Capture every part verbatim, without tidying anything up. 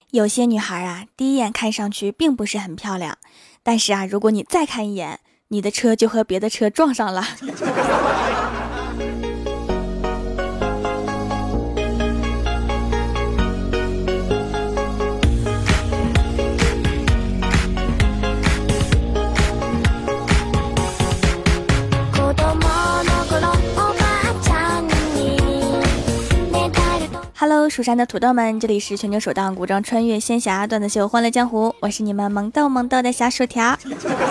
有些女孩啊，第一眼看上去并不是很漂亮，但是啊，如果你再看一眼，你的车就和别的车撞上了。Hello， 蜀山的土豆们，这里是全球首档古装穿越仙侠段子秀《欢乐江湖》，我是你们萌豆萌豆的小薯条。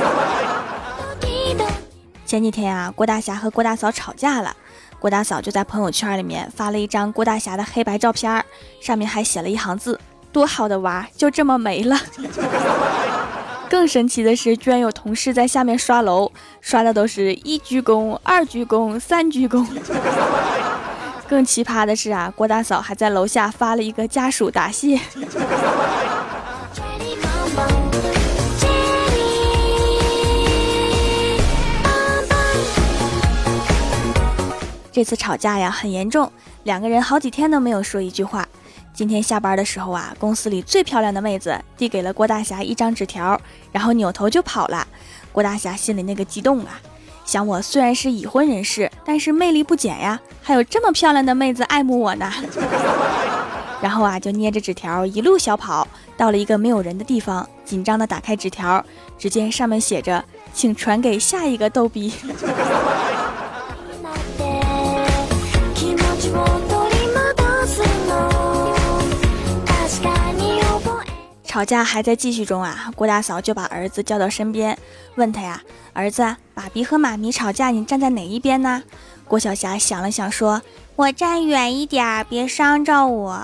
前几天啊，郭大侠和郭大嫂吵架了，郭大嫂就在朋友圈里面发了一张郭大侠的黑白照片，上面还写了一行字：多好的娃，就这么没了。更神奇的是，居然有同事在下面刷楼，刷的都是一鞠躬、二鞠躬、三鞠躬。更奇葩的是啊，郭大嫂还在楼下发了一个家属答谢。这次吵架呀很严重，两个人好几天都没有说一句话。今天下班的时候啊，公司里最漂亮的妹子递给了郭大侠一张纸条，然后扭头就跑了。郭大侠心里那个激动啊，想我虽然是已婚人士，但是魅力不减呀，还有这么漂亮的妹子爱慕我呢。然后啊，就捏着纸条一路小跑，到了一个没有人的地方，紧张的打开纸条，只见上面写着：请传给下一个逗逼。吵架还在继续中啊，郭大嫂就把儿子叫到身边，问他呀：儿子，爸比和妈咪吵架，你站在哪一边呢？郭晓霞想了想说：我站远一点，别伤着我。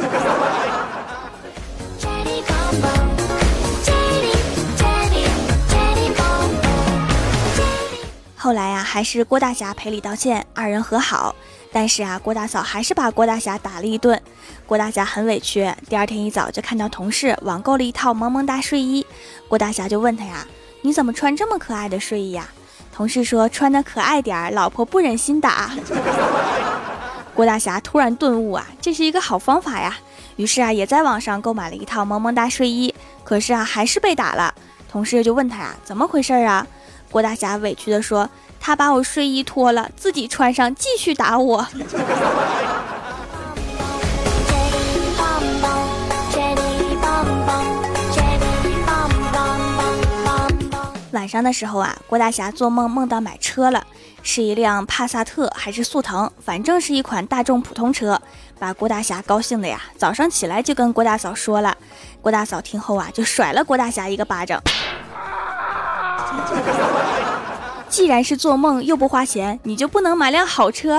后来啊，还是郭大侠赔礼道歉，二人和好。但是啊，郭大嫂还是把郭大侠打了一顿。郭大侠很委屈，第二天一早就看到同事网购了一套萌萌哒睡衣。郭大侠就问他呀：你怎么穿这么可爱的睡衣呀？同事说：穿得可爱点，老婆不忍心打。郭大侠突然顿悟啊，这是一个好方法呀。于是啊，也在网上购买了一套萌萌哒睡衣。可是啊，还是被打了。同事就问他呀：怎么回事啊？郭大侠委屈地说：他把我睡衣脱了，自己穿上，继续打我。晚上的时候啊，郭大侠做梦梦到买车了，是一辆帕萨特还是速腾，反正是一款大众普通车，把郭大侠高兴的呀，早上起来就跟郭大嫂说了。郭大嫂听后啊，就甩了郭大侠一个巴掌。既然是做梦又不花钱，你就不能买辆好车？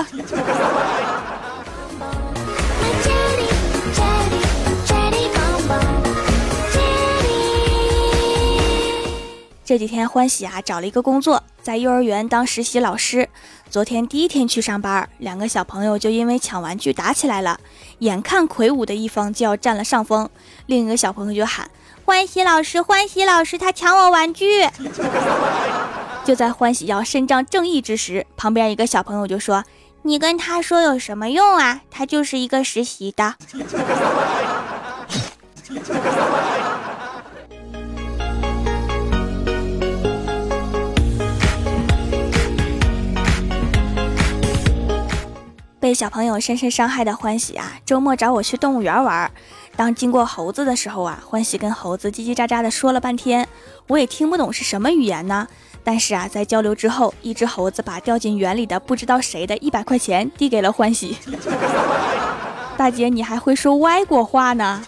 这几天欢喜啊找了一个工作，在幼儿园当实习老师。昨天第一天去上班，两个小朋友就因为抢玩具打起来了，眼看魁梧的一方就要占了上风，另一个小朋友就喊：欢喜老师，欢喜老师，他抢我玩具。就在欢喜要伸张正义之时，旁边一个小朋友就说：你跟他说有什么用啊，他就是一个实习的。被小朋友深深伤害的欢喜啊，周末找我去动物园玩。当经过猴子的时候啊，欢喜跟猴子叽叽喳喳的说了半天，我也听不懂是什么语言呢。但是啊，在交流之后，一只猴子把掉进园里的不知道谁的一百块钱递给了欢喜。大姐，你还会说外国话呢？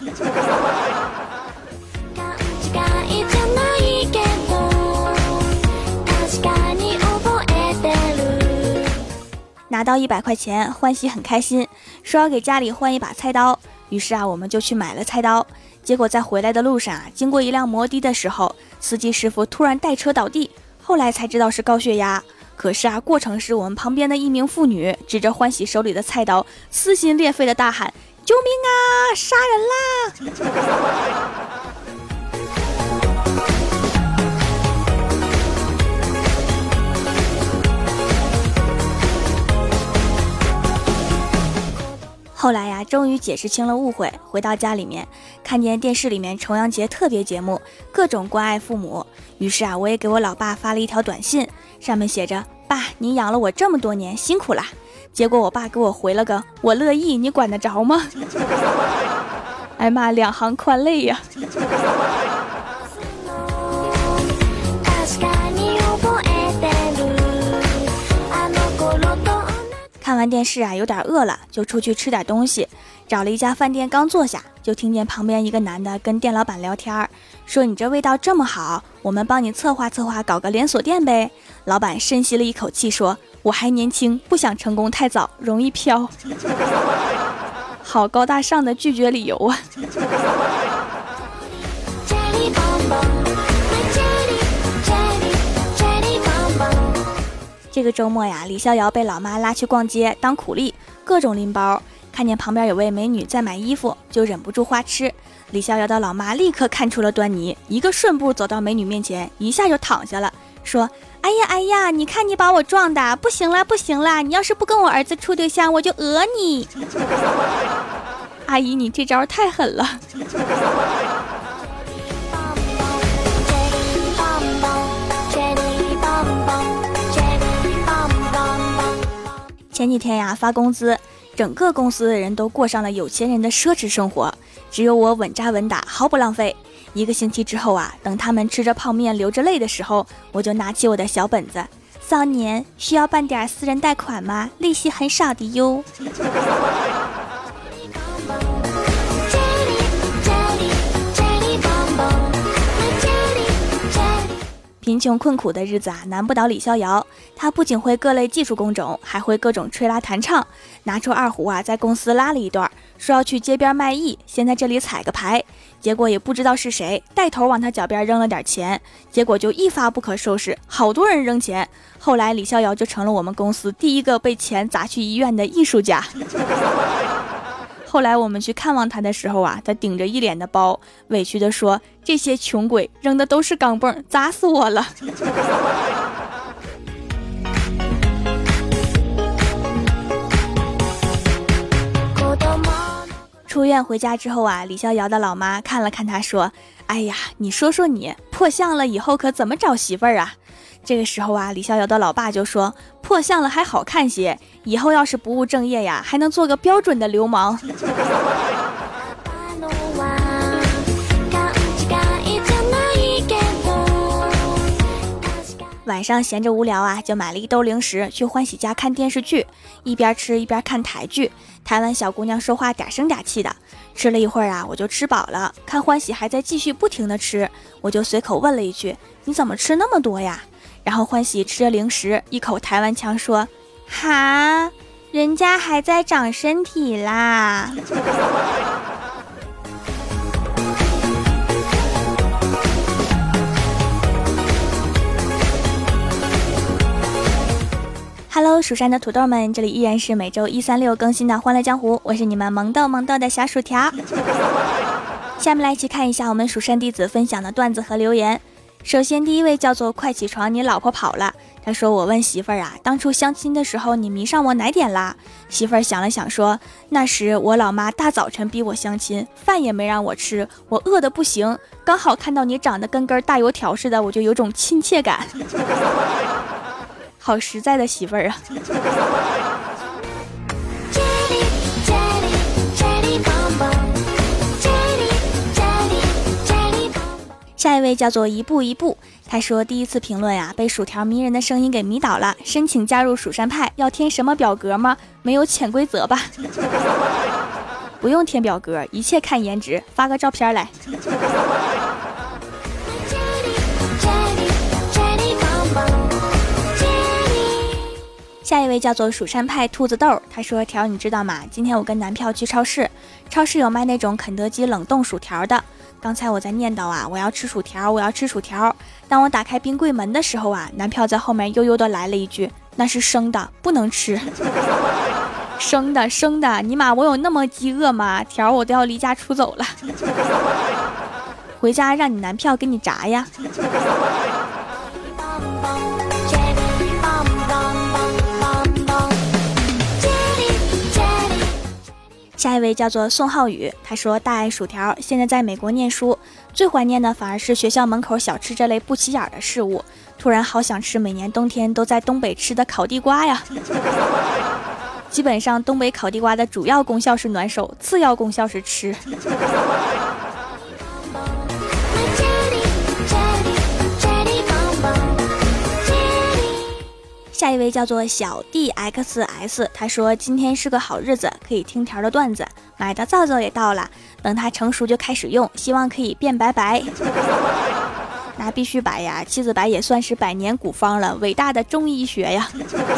拿到一百块钱，欢喜很开心，说要给家里换一把菜刀。于是啊，我们就去买了菜刀。结果在回来的路上啊，经过一辆摩的的时候，司机师傅突然带车倒地，后来才知道是高血压。可是啊，过程是我们旁边的一名妇女指着欢喜手里的菜刀，撕心裂肺的大喊：救命啊，杀人啦！ 后来呀，终于解释清了误会。回到家里面，看见电视里面重阳节特别节目，各种关爱父母。于是啊，我也给我老爸发了一条短信，上面写着：爸，你养了我这么多年，辛苦啦。结果我爸给我回了个：我乐意，你管得着吗？哎妈，两行宽泪呀。看完电视啊，有点饿了，就出去吃点东西。找了一家饭店，刚坐下，就听见旁边一个男的跟店老板聊天，说：“你这味道这么好，我们帮你策划策划，搞个连锁店呗。”老板深吸了一口气，说：“我还年轻，不想成功太早，容易飘。”好高大上的拒绝理由啊！这个周末呀，李逍遥被老妈拉去逛街当苦力，各种拎包。看见旁边有位美女在买衣服，就忍不住花痴。李逍遥的老妈立刻看出了端倪，一个顺步走到美女面前，一下就躺下了，说：“哎呀哎呀，你看你把我撞的，不行啦不行啦，你要是不跟我儿子处对象，我就讹你。”阿姨，你这招太狠了。前几天呀，发工资，整个公司的人都过上了有钱人的奢侈生活，只有我稳扎稳打，毫不浪费。一个星期之后啊，等他们吃着泡面流着泪的时候，我就拿起我的小本子：“少年，需要办点私人贷款吗？利息很少的哟。”贫穷困苦的日子啊，难不倒李逍遥。他不仅会各类技术工种，还会各种吹拉弹唱。拿出二胡啊，在公司拉了一段，说要去街边卖艺，先在这里彩个牌。结果也不知道是谁带头往他脚边扔了点钱，结果就一发不可收拾，好多人扔钱。后来李逍遥就成了我们公司第一个被钱砸去医院的艺术家。后来我们去看望他的时候啊，他顶着一脸的包，委屈地说：“这些穷鬼扔的都是钢镚，砸死我了。”出院回家之后啊，李逍遥的老妈看了看他，说：“哎呀，你说说你，破相了以后可怎么找媳妇儿啊？”这个时候啊，李逍遥的老爸就说：“破相了还好看些，以后要是不务正业呀，还能做个标准的流氓。”晚上闲着无聊啊，就买了一兜零食去欢喜家看电视剧，一边吃一边看台剧。台湾小姑娘说话嗲声嗲气的，吃了一会儿啊，我就吃饱了。看欢喜还在继续不停的吃，我就随口问了一句：“你怎么吃那么多呀？”然后欢喜吃着零食，一口台湾腔说：“哈，人家还在长身体啦。” Hello， 蜀山的土豆们，这里依然是每周一、三、六更新的欢乐江湖，我是你们萌豆萌豆的小薯条。下面来一起看一下我们蜀山弟子分享的段子和留言。首先第一位叫做快起床，你老婆跑了。他说：“我问媳妇儿啊，当初相亲的时候你迷上我哪点啦？”媳妇儿想了想说：“那时我老妈大早晨逼我相亲，饭也没让我吃，我饿得不行，刚好看到你长得跟根大油条似的，我就有种亲切感。”好实在的媳妇儿啊。下一位叫做一步一步，他说第一次评论啊，被薯条迷人的声音给迷倒了，申请加入蜀山派，要填什么表格吗？没有潜规则吧？不用填表格，一切看颜值，发个照片来。下一位叫做蜀山派兔子豆，他说：“条你知道吗？今天我跟男票去超市，超市有卖那种肯德基冷冻薯条的。刚才我在念叨啊，我要吃薯条，我要吃薯条。当我打开冰柜门的时候啊，男票在后面悠悠的来了一句：那是生的，不能吃。生的生的，尼玛我有那么饥饿吗？条我都要离家出走了。回家让你男票给你炸呀。” 下一位叫做宋浩宇，他说大爱薯条，现在在美国念书，最怀念的反而是学校门口小吃这类不起眼的事物，突然好想吃每年冬天都在东北吃的烤地瓜呀。基本上东北烤地瓜的主要功效是暖手，次要功效是吃。下一位叫做小 D X S， 他说今天是个好日子，可以听条的段子，买的皂皂也到了，等它成熟就开始用，希望可以变白白。那必须白呀，七子白也算是百年古方了，伟大的中医学呀。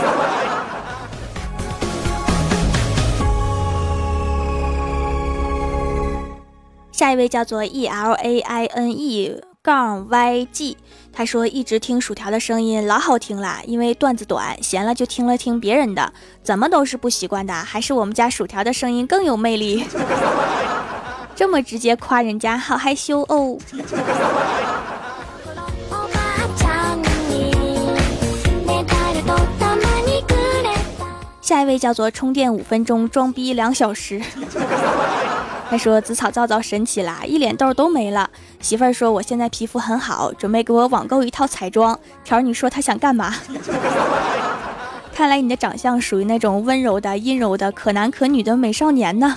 下一位叫做 E L A I N E 杠 Y G， 他说一直听薯条的声音老好听了，因为段子短，闲了就听了听别人的，怎么都是不习惯的，还是我们家薯条的声音更有魅力。这么直接夸人家，好害羞哦。下一位叫做充电五分钟，装逼两小时。他说紫草皂皂神奇啦，一脸痘都没了。媳妇儿说我现在皮肤很好，准备给我网购一套彩妆。条你说他想干嘛？看来你的长相属于那种温柔的阴柔的可男可女的美少年呢。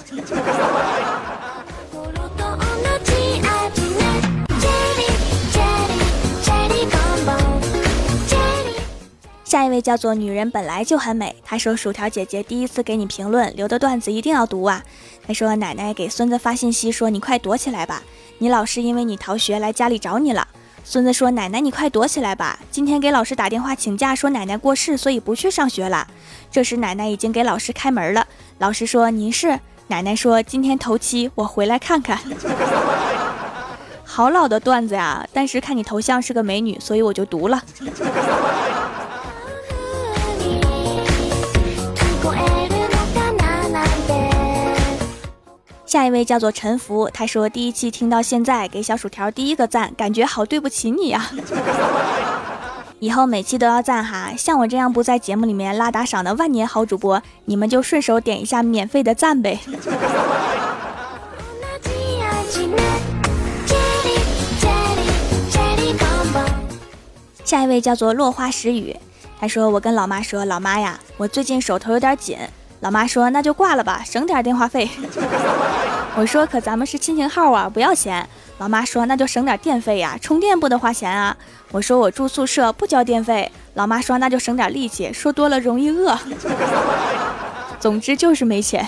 下一位叫做女人本来就很美，她说薯条姐姐第一次给你评论留的段子一定要读啊。她说奶奶给孙子发信息说你快躲起来吧，你老师因为你逃学来家里找你了。孙子说奶奶你快躲起来吧，今天给老师打电话请假说奶奶过世所以不去上学了。这时奶奶已经给老师开门了，老师说您是？奶奶说今天头七我回来看看。好老的段子呀，但是看你头像是个美女所以我就读了。下一位叫做陈福，他说第一期听到现在给小薯条第一个赞，感觉好对不起你呀。以后每期都要赞哈，像我这样不在节目里面拉打赏的万年好主播，你们就顺手点一下免费的赞呗。下一位叫做落花时雨，他说我跟老妈说，老妈呀，我最近手头有点紧。老妈说那就挂了吧，省点电话费。我说可咱们是亲情号啊，不要钱。老妈说那就省点电费呀，充电不得花钱啊。我说我住宿舍不交电费。老妈说那就省点力气，说多了容易饿。总之就是没钱。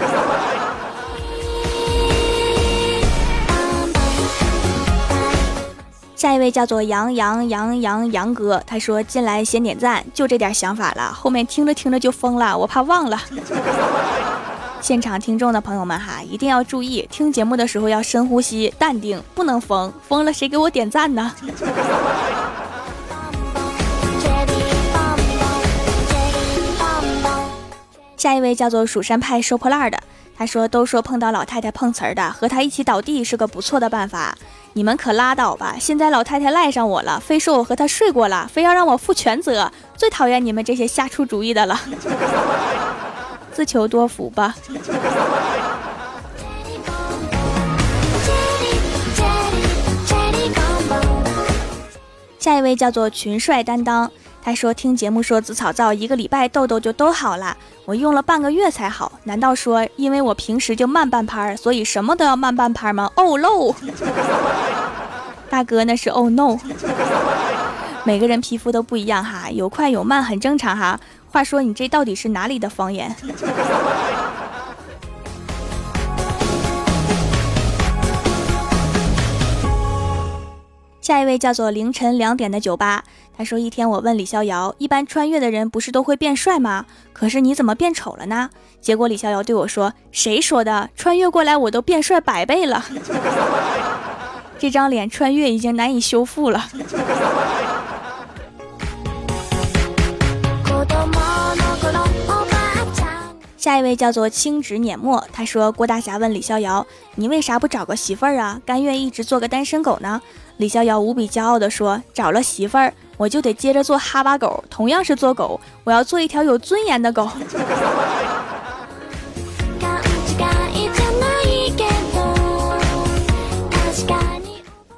下一位叫做杨杨杨杨杨哥，他说进来先点赞，就这点想法了，后面听着听着就疯了，我怕忘了。现场听众的朋友们哈，一定要注意，听节目的时候要深呼吸，淡定，不能疯，疯了谁给我点赞呢？下一位叫做蜀山派收破烂的，他说都说碰到老太太碰瓷儿的，和她一起倒地是个不错的办法。你们可拉倒吧，现在老太太赖上我了，非说我和她睡过了，非要让我负全责，最讨厌你们这些瞎出主意的了。自求多福吧。下一位叫做群帅担当，他说听节目说紫草皂一个礼拜痘痘就都好了，我用了半个月才好，难道说因为我平时就慢半拍，所以什么都要慢半拍吗？哦喽，大哥那是哦 no。 每个人皮肤都不一样哈，有快有慢很正常哈。话说你这到底是哪里的方言？下一位叫做凌晨两点的酒吧，他说一天我问李逍遥，一般穿越的人不是都会变帅吗？可是你怎么变丑了呢？结果李逍遥对我说，谁说的？穿越过来我都变帅百倍了。这张脸穿越已经难以修复了。下一位叫做青纸碾墨，他说郭大侠问李逍遥，你为啥不找个媳妇儿啊？甘愿一直做个单身狗呢？李逍遥无比骄傲地说，找了媳妇儿我就得接着做哈巴狗，同样是做狗，我要做一条有尊严的狗。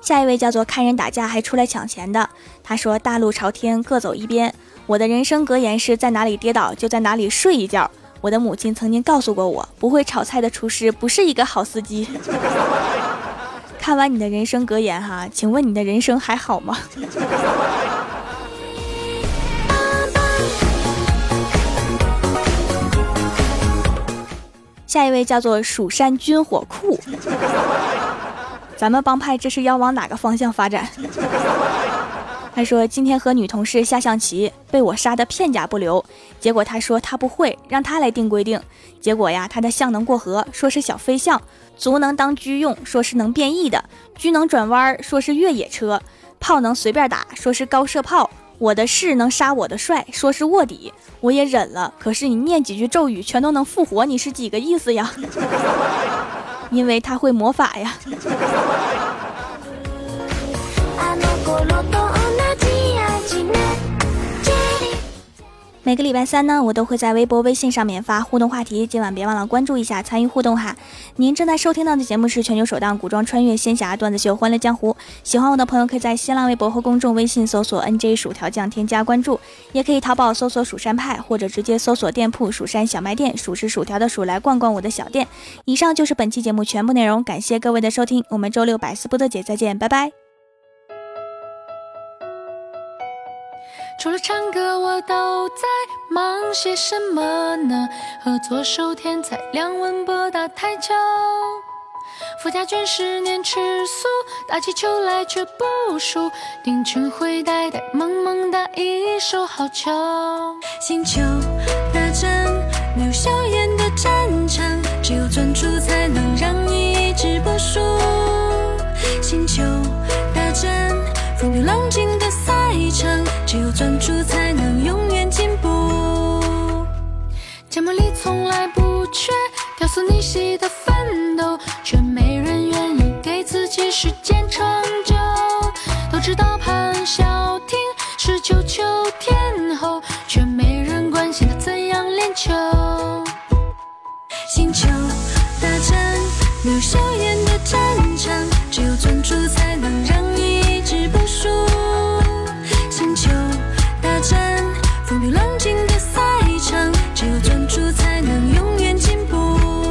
下一位叫做看人打架还出来抢钱的，他说大路朝天各走一边，我的人生格言是在哪里跌倒就在哪里睡一觉。我的母亲曾经告诉过我，不会炒菜的厨师不是一个好司机。看完你的人生格言哈，请问你的人生还好吗？下一位叫做蜀山军火库，咱们帮派这是要往哪个方向发展？他说今天和女同事下象棋，被我杀得片甲不留，结果他说他不会，让他来定规定。结果呀，他的象能过河，说是小飞象；卒能当车用，说是能变异的；车能转弯，说是越野车；炮能随便打，说是高射炮。我的士能杀我的帅，说是卧底。我也忍了，可是你念几句咒语全都能复活，你是几个意思呀？因为他会魔法呀。每个礼拜三呢，我都会在微博微信上面发互动话题，今晚别忘了关注一下，参与互动哈。您正在收听到的节目是全球首档古装穿越仙侠段子秀《欢乐江湖》，喜欢我的朋友可以在新浪微博和公众微信搜索 N J 薯条酱添加关注，也可以淘宝搜索蜀山派，或者直接搜索店铺蜀山小卖店，蜀是薯条的薯，来逛逛我的小店。以上就是本期节目全部内容，感谢各位的收听，我们周六百思不得解再见，拜拜。 除了唱歌我都在忙些什么呢？合作手天才两文博大台球，富家军十年吃素，打起球来却不输，丁群会呆呆萌萌打一手好球。星球大战没有硝烟的战场，只有专注才能让你一直不输。星球大战风平浪静的赛场，只有专注才能永远进步。节目里从来不缺雕塑逆袭的奋斗，却没人愿意给自己时间长久。都知道潘晓婷是球球天后，却没人关心她怎样练球。星球大战没有硝烟的战场，只有专注才能让你一直不输。星球大战风平浪静的赛场，只有专注才能永远进步。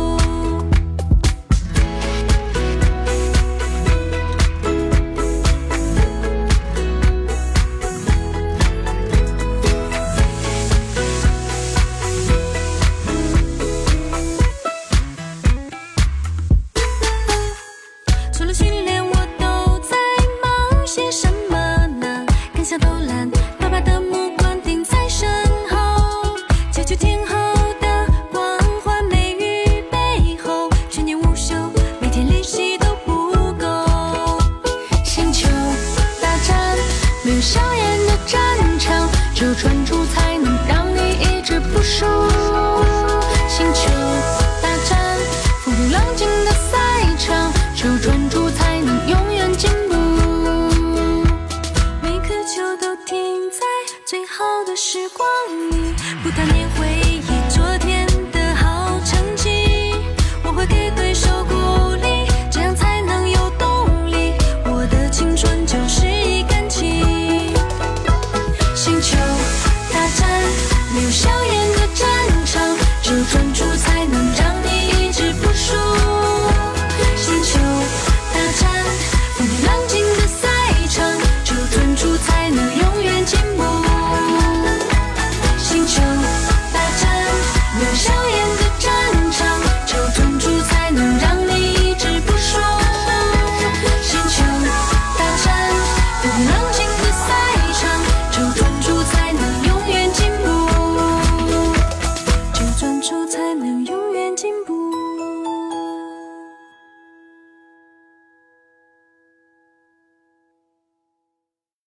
除了训练我都在忙些什么呢？更想偷懒，爸爸的目光盯在身后，求求天后的光环美语背后，全年无休，每天练习都不够。星球大战没有硝烟的战场，只有专注才能让你一直不输。星球大战风平浪静的赛场，只有专注才能永远进步。每颗球都停在最好的时光里，不断念回忆昨天的好成绩。我会给对手鼓励，这样才能有动力。我的青春就是一杆旗。星球大战没有硝烟的战场，只有专注才能让你一直不输。星球大战风平浪静的赛场，只有专注才能永远进步。星球大战没有硝烟的战场，只有专注才能让你一直不输。星球大战风平浪静的赛场，只有专注才能永远进步。只有专注才能永